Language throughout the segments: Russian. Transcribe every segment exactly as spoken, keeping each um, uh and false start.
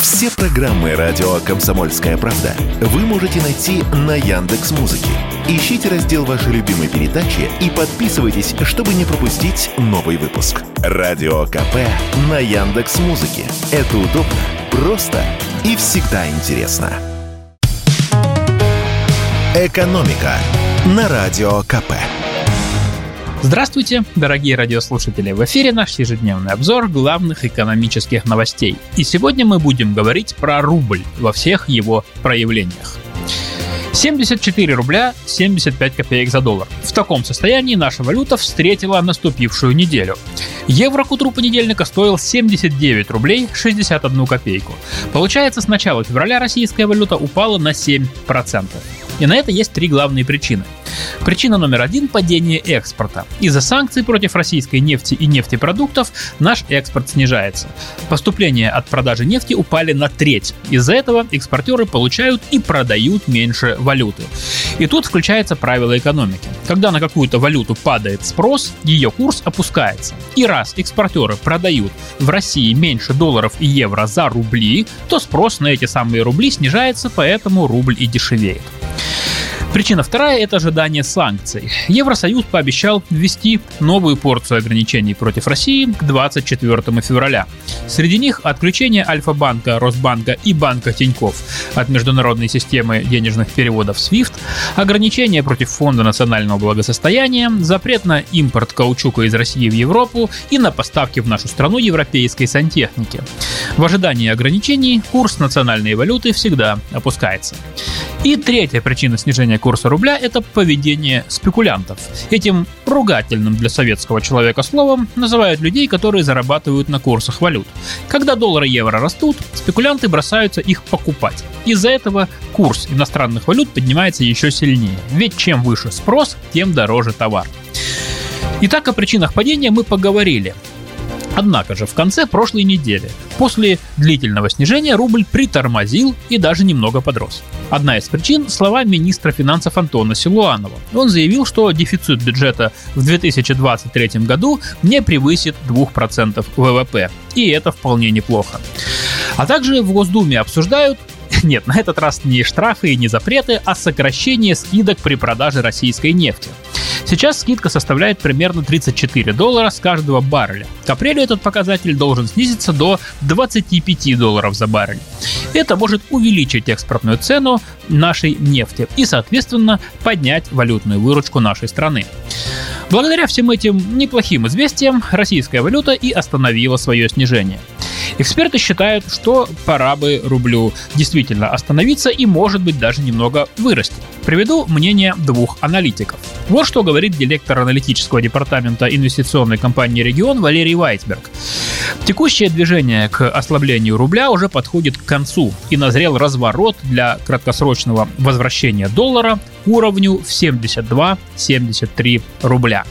Все программы радио «Комсомольская правда» вы можете найти на Яндекс.Музыке. Ищите раздел вашей любимой передачи и подписывайтесь, чтобы не пропустить новый выпуск. Радио КП на Яндекс.Музыке. Это удобно, просто и всегда интересно. «Экономика» на Радио КП. Здравствуйте, дорогие радиослушатели! В эфире наш ежедневный обзор главных экономических новостей. И сегодня мы будем говорить про рубль во всех его проявлениях. семьдесят четыре рубля семьдесят пять копеек за доллар. В таком состоянии наша валюта встретила наступившую неделю. Евро к утру понедельника стоил семьдесят девять рублей шестьдесят одну копейку. Получается, с начала февраля российская валюта упала на семь процентов. И на это есть три главные причины. Причина номер один – падение экспорта. Из-за санкций против российской нефти и нефтепродуктов наш экспорт снижается. Поступления от продажи нефти упали на треть. Из-за этого экспортеры получают и продают меньше валюты. И тут включается правило экономики. Когда на какую-то валюту падает спрос, ее курс опускается. И раз экспортеры продают в России меньше долларов и евро за рубли, то спрос на эти самые рубли снижается, поэтому рубль и дешевеет. Причина вторая – это ожидание санкций. Евросоюз пообещал ввести новую порцию ограничений против России к двадцать четвёртому февраля. Среди них отключение Альфа-банка, Росбанка и банка Тинькофф от международной системы денежных переводов свифт, ограничения против Фонда национального благосостояния, запрет на импорт каучука из России в Европу и на поставки в нашу страну европейской сантехники. В ожидании ограничений курс национальной валюты всегда опускается. И третья причина снижения курса рубля – это поведение спекулянтов. Этим ругательным для советского человека словом называют людей, которые зарабатывают на курсах валют. Когда доллар и евро растут, спекулянты бросаются их покупать. Из-за этого курс иностранных валют поднимается еще сильнее. Ведь чем выше спрос, тем дороже товар. Итак, о причинах падения мы поговорили. Однако же в конце прошлой недели, после длительного снижения, рубль притормозил и даже немного подрос. Одна из причин – слова министра финансов Антона Силуанова. Он заявил, что дефицит бюджета в две тысячи двадцать третьем году не превысит двух процентов ВВП. И это вполне неплохо. А также в Госдуме обсуждают, нет, на этот раз не штрафы и не запреты, а сокращение скидок при продаже российской нефти. Сейчас скидка составляет примерно тридцать четыре доллара с каждого барреля. К апрелю этот показатель должен снизиться до двадцати пяти долларов за баррель. Это может увеличить экспортную цену нашей нефти и, соответственно, поднять валютную выручку нашей страны. Благодаря всем этим неплохим известиям российская валюта и остановила свое снижение. Эксперты считают, что пора бы рублю действительно остановиться и, может быть, даже немного вырасти. Приведу мнение двух аналитиков. Вот что говорит директор аналитического департамента инвестиционной компании «Регион» Валерий Вайсберг. Текущее движение к ослаблению рубля уже подходит к концу, и назрел разворот для краткосрочного возвращения доллара к уровню в семьдесят два - семьдесят три рубля.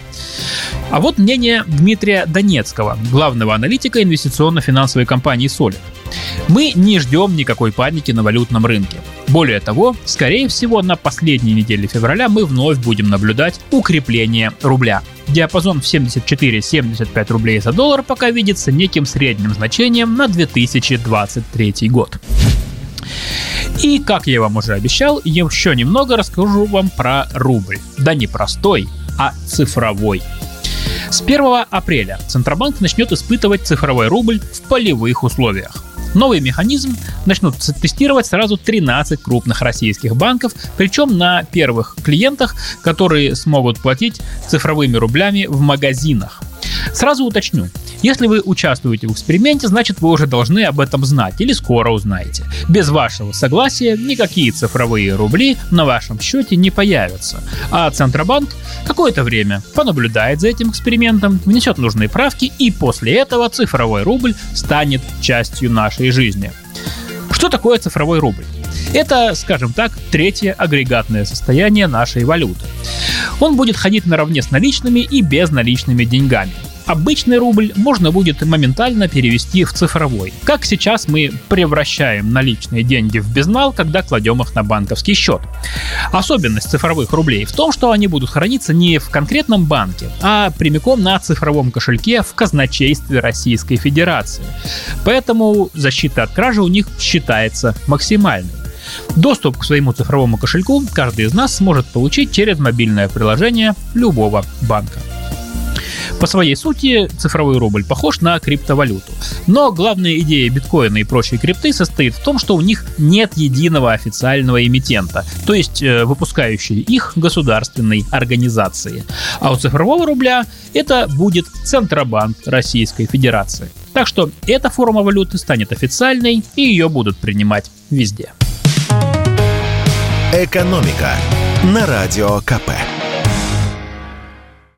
А вот мнение Дмитрия Донецкого, главного аналитика инвестиционно-финансовой компании «Солид». Мы не ждем никакой паники на валютном рынке. Более того, скорее всего, на последней неделе февраля мы вновь будем наблюдать укрепление рубля. Диапазон в семьдесят четыре - семьдесят пять рублей за доллар пока видится неким средним значением на две тысячи двадцать третий год. И, как я вам уже обещал, еще немного расскажу вам про рубль. Да не простой, а цифровой. С первого апреля Центробанк начнет испытывать цифровой рубль в полевых условиях. Новый механизм начнут тестировать сразу тринадцать крупных российских банков, причем на первых клиентах, которые смогут платить цифровыми рублями в магазинах. Сразу уточню, если вы участвуете в эксперименте, значит вы уже должны об этом знать или скоро узнаете. Без вашего согласия никакие цифровые рубли на вашем счете не появятся, а Центробанк какое-то время понаблюдает за этим экспериментом, внесет нужные правки, и после этого цифровой рубль станет частью нашей жизни. Что такое цифровой рубль? Это, скажем так, третье агрегатное состояние нашей валюты. Он будет ходить наравне с наличными и безналичными деньгами. обычный рубль можно будет моментально перевести в цифровой. Как сейчас мы превращаем наличные деньги в безнал, когда кладем их на банковский счет. Особенность цифровых рублей в том, что они будут храниться не в конкретном банке, а прямиком на цифровом кошельке в казначействе Российской Федерации. Поэтому защита от кражи у них считается максимальной. Доступ к своему цифровому кошельку каждый из нас сможет получить через мобильное приложение любого банка. По своей сути, цифровой рубль похож на криптовалюту. Но главная идея биткоина и прочей крипты состоит в том, что у них нет единого официального эмитента, то есть э, выпускающей их государственной организации. А у цифрового рубля это будет Центробанк Российской Федерации. Так что эта форма валюты станет официальной, и ее будут принимать везде. Экономика на радио ка пэ.